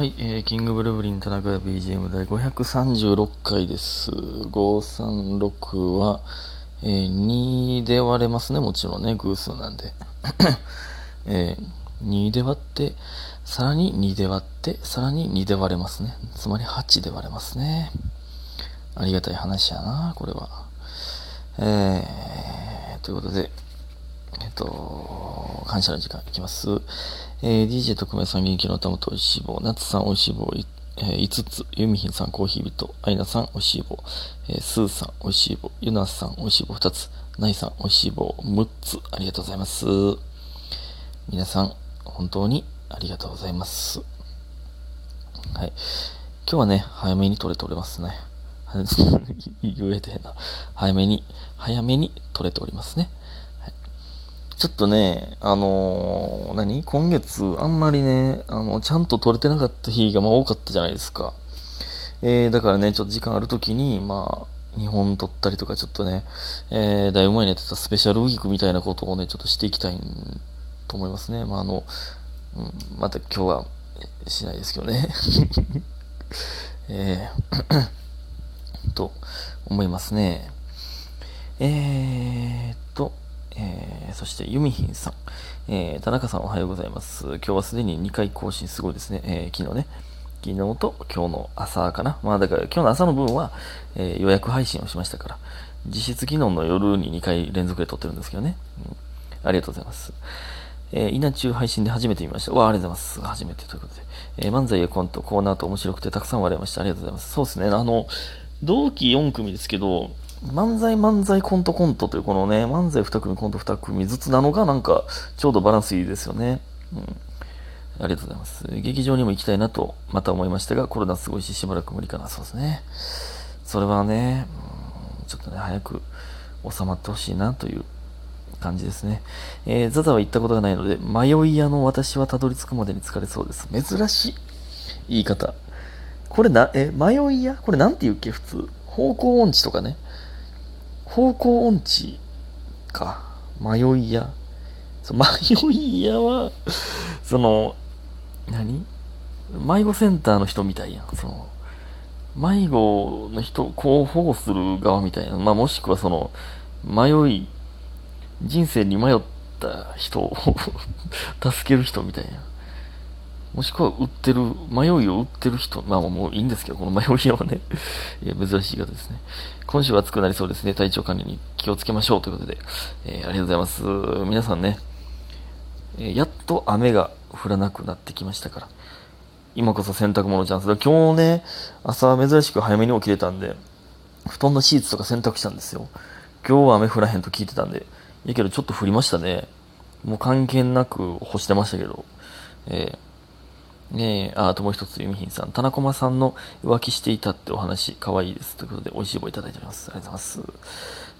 はい、キングブルブリン田中 BGM 第536回です。536は、2で割れますね。もちろんね、偶数なんで。2で割って、さらに2で割って、さらに2で割れますね。つまり8で割れますね。ありがたい話やな、これは。ということで、感謝の時間いきます。DJ 特命さん元気の玉とおいしい棒、夏さんおいしい棒5つ、ゆみひんさんコーヒー人、あいなさんおいしい棒、スーさんおいしい棒、ゆなさんおいしい棒2つ、ないさんおいしい棒6つ、ありがとうございます。皆さん、本当にありがとうございます。はい。今日はね、早めに撮れておりますね。言えてへんな。早めに撮れておりますね。ちょっとね、今月あんまりね、ちゃんと撮れてなかった日が多かったじゃないですか。だからね、ちょっと時間あるときに、2本撮ったりとか、ちょっとね、だいぶ前にやってたスペシャルウィークみたいなことをね、ちょっとしていきたいと思いますね。また今日はしないですけどね。と思いますね。そしてユミヒンさん、田中さんおはようございます。今日はすでに2回更新すごいですね。昨日と今日の朝かな。だから今日の朝の分は、予約配信をしましたから、実質昨日の夜に2回連続で撮ってるんですけどね。ありがとうございます。稲中配信で初めて見ました。ありがとうございます。初めてということで。漫才やコント、コーナーと面白くてたくさん笑いました。ありがとうございます。そうですね。同期4組ですけど、漫才コントというこのね、漫才2組コント2組ずつなのがなんかちょうどバランスいいですよね。ありがとうございます。劇場にも行きたいなとまた思いましたが、コロナすごいししばらく無理かな。そうですね。それはね、ちょっとね、早く収まってほしいなという感じですね。ザザは行ったことがないので、迷い屋の私はたどり着くまでに疲れそうです。珍しい言い方。これ迷い屋これなんて言うっけ普通。方向音痴とかね。方向音痴か。迷い屋。迷い屋は、その、迷子センターの人みたいやん。迷子の人をこう保護する側みたいな。もしくは人生に迷った人を助ける人みたいな。もしくは迷いを売ってる人。もういいんですけど、この迷い屋はね。珍しい方ですね。今週は暑くなりそうですね。体調管理に気をつけましょうということで。ありがとうございます。皆さんね、やっと雨が降らなくなってきましたから。今こそ洗濯物チャンスだ。今日ね、朝珍しく早めに起きれたんで、布団のシーツとか洗濯したんですよ。今日は雨降らへんと聞いてたんで。やけどちょっと降りましたね。もう関係なく干してましたけど。あともう一つ、ゆみひんさん。田中駒さんの浮気していたってお話、可愛いです。ということで、美味しい棒いただいております。ありがとうございます。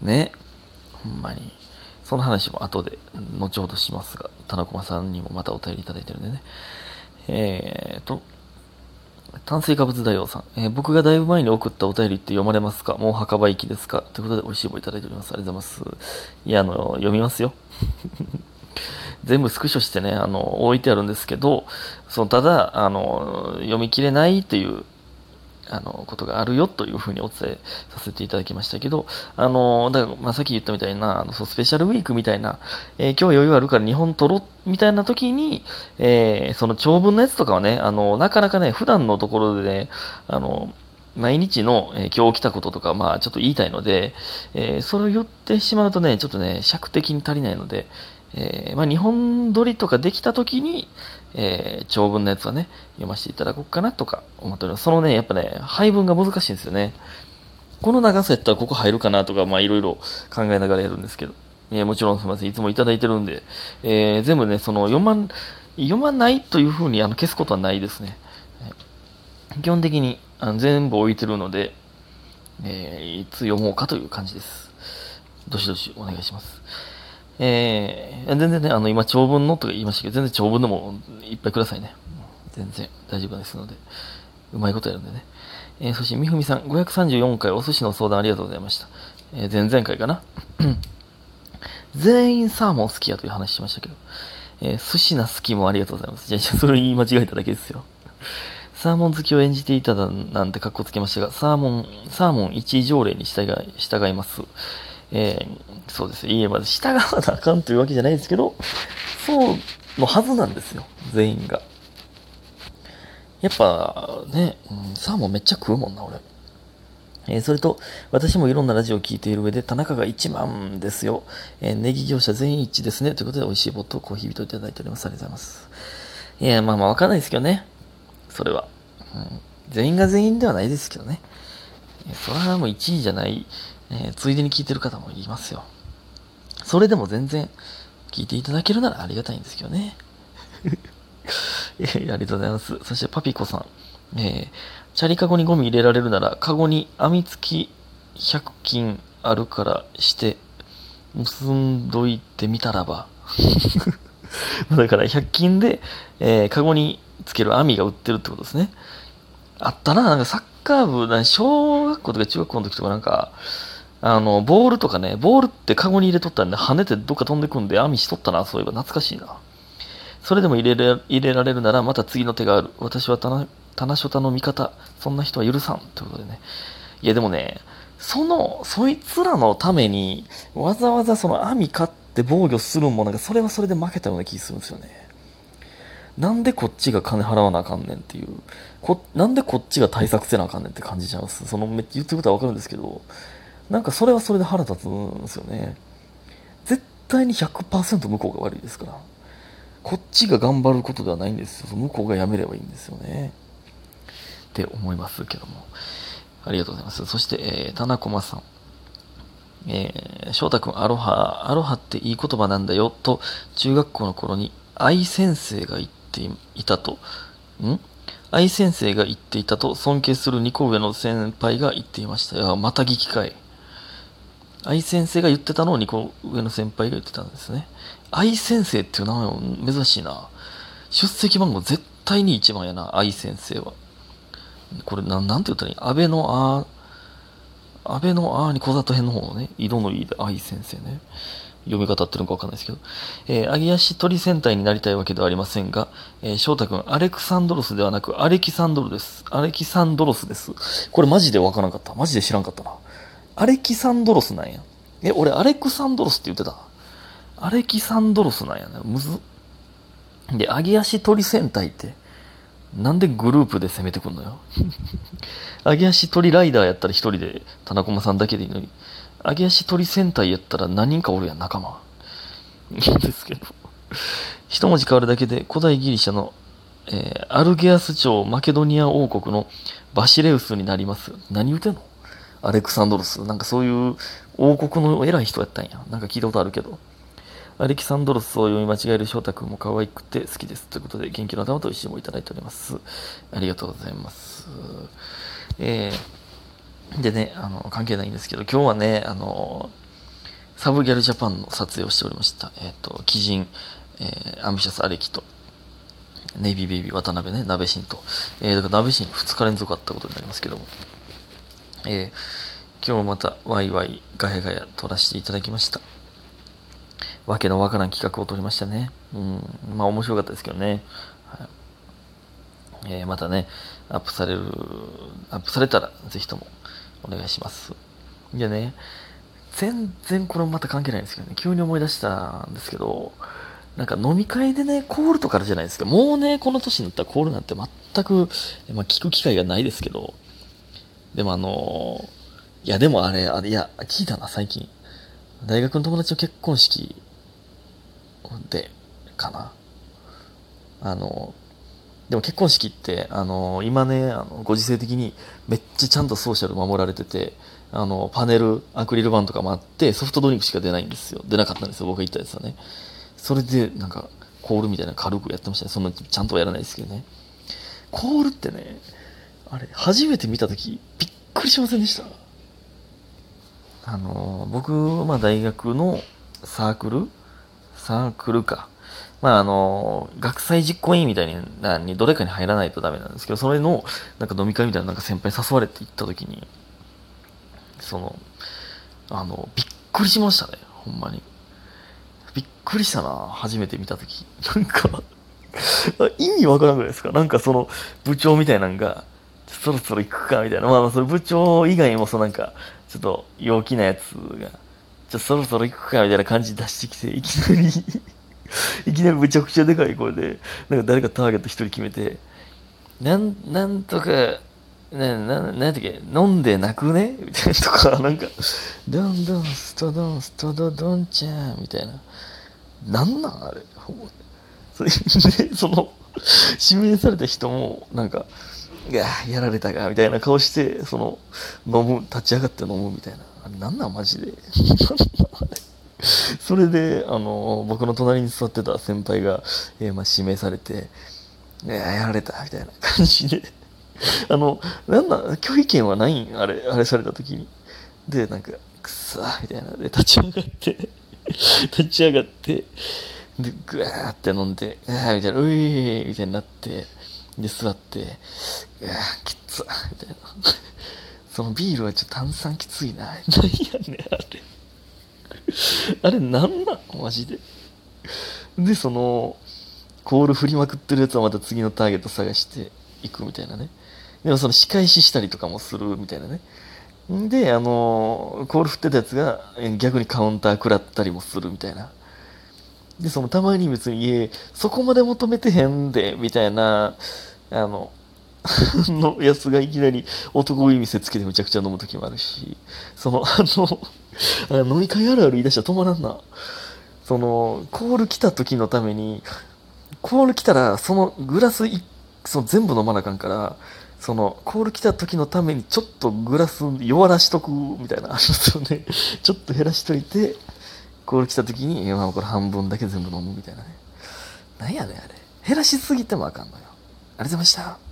ね。ほんまに。その話も後で、後ほどしますが、田中駒さんにもまたお便りいただいてるんでね。炭水化物大王さん、僕がだいぶ前に送ったお便りって読まれますか？もう墓場行きですか？ということで、美味しい棒いただいております。ありがとうございます。いや、読みますよ。全部スクショしてね、置いてあるんですけど、ただ、読み切れないという、ことがあるよというふうにお伝えさせていただきましたけど、だから、さっき言ったみたいな、スペシャルウィークみたいな、今日余裕あるから日本撮ろうみたいな時に、その長文のやつとかはね、なかなかね、普段のところでね、毎日の、今日起きたこととか、ちょっと言いたいので、それを言ってしまうとね、ちょっとね、尺的に足りないので、日本撮りとかできた時に、長文のやつはね、読ませていただこうかなとか思っております。やっぱね、配分が難しいんですよね。この長さやったらここ入るかなとか、いろいろ考えながらやるんですけど。もちろんすみません。いつもいただいてるんで、全部ね、読まないというふうに消すことはないですね。基本的に全部置いてるので、いつ読もうかという感じです。どしどしお願いします。全然ね、今長文のとか言いましたけど、全然長文でもいっぱいくださいね。全然大丈夫ですので、うまいことやるんでね。そして、みふみさん、534回お寿司の相談ありがとうございました。前々回かな。全員サーモン好きやという話しましたけど、寿司な好きもありがとうございます。じゃあ、それ言い間違えただけですよ。 サーモン好きを演じていただなんて格好つけましたが、サーモン一位条例に従います。そうです。いえ、まず従わなあかんというわけじゃないですけど、そうのはずなんですよ。全員が。やっぱね、サーモンめっちゃ食うもんな、俺。それと、私もいろんなラジオを聞いている上で、田中が1番ですよ。ネギ業者全員一致ですね。ということで、美味しいボットをコーヒー人いただいております。ありがとうございます。いや、まあわかんないですけどね。それは。全員が全員ではないですけどね。それはもう1位じゃない、ついでに聞いてる方もいますよ。それでも全然聞いていただけるならありがたいんですけどね。ありがとうございます。そしてパピコさん。チャリカゴにゴミ入れられるなら、カゴに網付き100均あるからして、結んどいてみたらば。だから100均で、カゴにつける網が売ってるってことですね。あったな、なんかサッカー部、小学校とか中学校の時とかなんか、ボールとかね、ボールってカゴに入れとったんで、跳ねてどっか飛んでくんで網しとったな、そういえば懐かしいな。それでも入れられるならまた次の手がある。私は棚ショタの味方。そんな人は許さん。ということでね。いやでもね、そいつらのために、わざわざその網買って防御するんもなんか、それはそれで負けたような気するんですよね。なんでこっちが金払わなあかんねんっていう。なんでこっちが対策せなあかんねんって感じちゃいます。めっちゃ言ってることはわかるんですけど、なんかそれはそれで腹立つんですよね。絶対に100%向こうが悪いですから。こっちが頑張ることではないんですよ。向こうがやめればいいんですよね。って思いますけども。ありがとうございます。そして、田中駒さん。翔太くん、アロハっていい言葉なんだよ、と、中学校の頃に、愛先生が言っていたと、愛先生が言っていたと、尊敬する2個上の先輩が言っていました。いや、また聞きかい。愛先生が言ってたのを2個上の先輩が言ってたんですね。愛先生っていう名前も珍しいな。出席番号絶対に1番やな、愛先生は。これなんて言ったらいい？安倍のあーに小里編の方のね、井戸のいいで愛先生ね。読み方ってるのかわかんないですけど。揚げ足鳥戦隊になりたいわけではありませんが、翔太くん、アレクサンドロスではなく、アレキサンドロです。アレキサンドロスです。これマジでわからんかった。マジで知らんかったな。アレキサンドロスなんや。俺アレクサンドロスって言ってた。アレキサンドロスなんやね。むずっ。で、揚げ足鳥戦隊って、なんでグループで攻めてくんのよ。揚げ足鳥ライダーやったら一人で、田中駒さんだけでいいのに、揚げ足鳥戦隊やったら何人かおるやん、仲間。いいんですけど。一文字変わるだけで、古代ギリシャの、アルゲアス朝マケドニア王国のバシレウスになります。何言うてんの？アレクサンドロス。なんかそういう王国の偉い人やったんや。なんか聞いたことあるけど。アレキサンドロスを読み間違える翔太くんも可愛くて好きです。ということで、元気の玉と一緒もいただいております。ありがとうございます。でね、関係ないんですけど、今日はね、サブギャルジャパンの撮影をしておりました。鬼人、アンビシャスアレキと、ネイビーベイビー渡辺ね、鍋シンと、だから鍋シン2日連続あったことになりますけども、今日もまたワイワイガヤガヤ撮らせていただきました。わけのわからん企画を撮りましたね。まあ面白かったですけどね。はい、またね、アップされたらぜひともお願いします。でね、全然これもまた関係ないんですけどね、急に思い出したんですけど、なんか飲み会でね、コールとかあるじゃないですか。もうね、この年になったらコールなんて全く、聞く機会がないですけど、でもいやでもいや、聞いたな、最近。大学の友達の結婚式で、かな。でも結婚式って、今ね、ご時世的にめっちゃちゃんとソーシャル守られてて、パネル、アクリル板とかもあって、ソフトドリンクしか出ないんですよ。出なかったんですよ、僕が行ったやつはね。それで、なんか、コールみたいな軽くやってましたね。そんな、ちゃんとはやらないですけどね。コールってね、あれ、初めて見たとき、びっくりしませんでした？僕、大学のサークルか。学祭実行委員みたいにどれかに入らないとダメなんですけど、それの、なんか飲み会みたいななんか先輩に誘われて行った時に、びっくりしましたね。ほんまに。びっくりしたな。初めて見た時。なんか、 意味わからんくないですか？なんかその部長みたいなんが、そろそろ行くかみたいな。まあまあ、それ部長以外もなんか、ちょっと陽気なやつが、そろそろ行くかみたいな感じ出してきて、いきなりいきなりめちゃくちゃでかい声で、なんか誰かターゲット一人決めて、なんとか、なんやったっけ、飲んで泣くねみたいなとか、なんか、ドンドン、ストドン、ストドドンちゃん、みたいな。なんなんあれ。それで、指名された人も、なんか、やられたか、みたいな顔して、立ち上がって飲むみたいな。あれ、なんなんマジで。それで、僕の隣に座ってた先輩が、まあ、指名されて、やられた、みたいな感じで。拒否権はないんあれされた時に。で、なんか、くっさー、みたいな。で、立ち上がって、で、ぐわーって飲んで、みたいな、ういーみたいになって、で、座って、きつみたいな。そのビールはちょっと炭酸きついな。なんやねん、あれ。あれなんなんマジで。で、コール振りまくってるやつはまた次のターゲット探していくみたいなね。でも仕返ししたりとかもするみたいなね。で、コール振ってたやつが逆にカウンター食らったりもするみたいな。で、たまに別に、そこまで求めてへんで、みたいな、のやつがいきなり男気見せつけてむちゃくちゃ飲む時もあるし、飲み会あるある言い出したら止まらんな。コール来た時のために、コール来たら、グラス全部飲まなあかんから、コール来た時のためにちょっとグラス弱らしとくみたいな、あるんですよね。ちょっと減らしといて、コール来た時に、まあこれ半分だけ全部飲むみたいなね。なんやねんあれ。減らしすぎてもあかんのよ。ありがとうございました。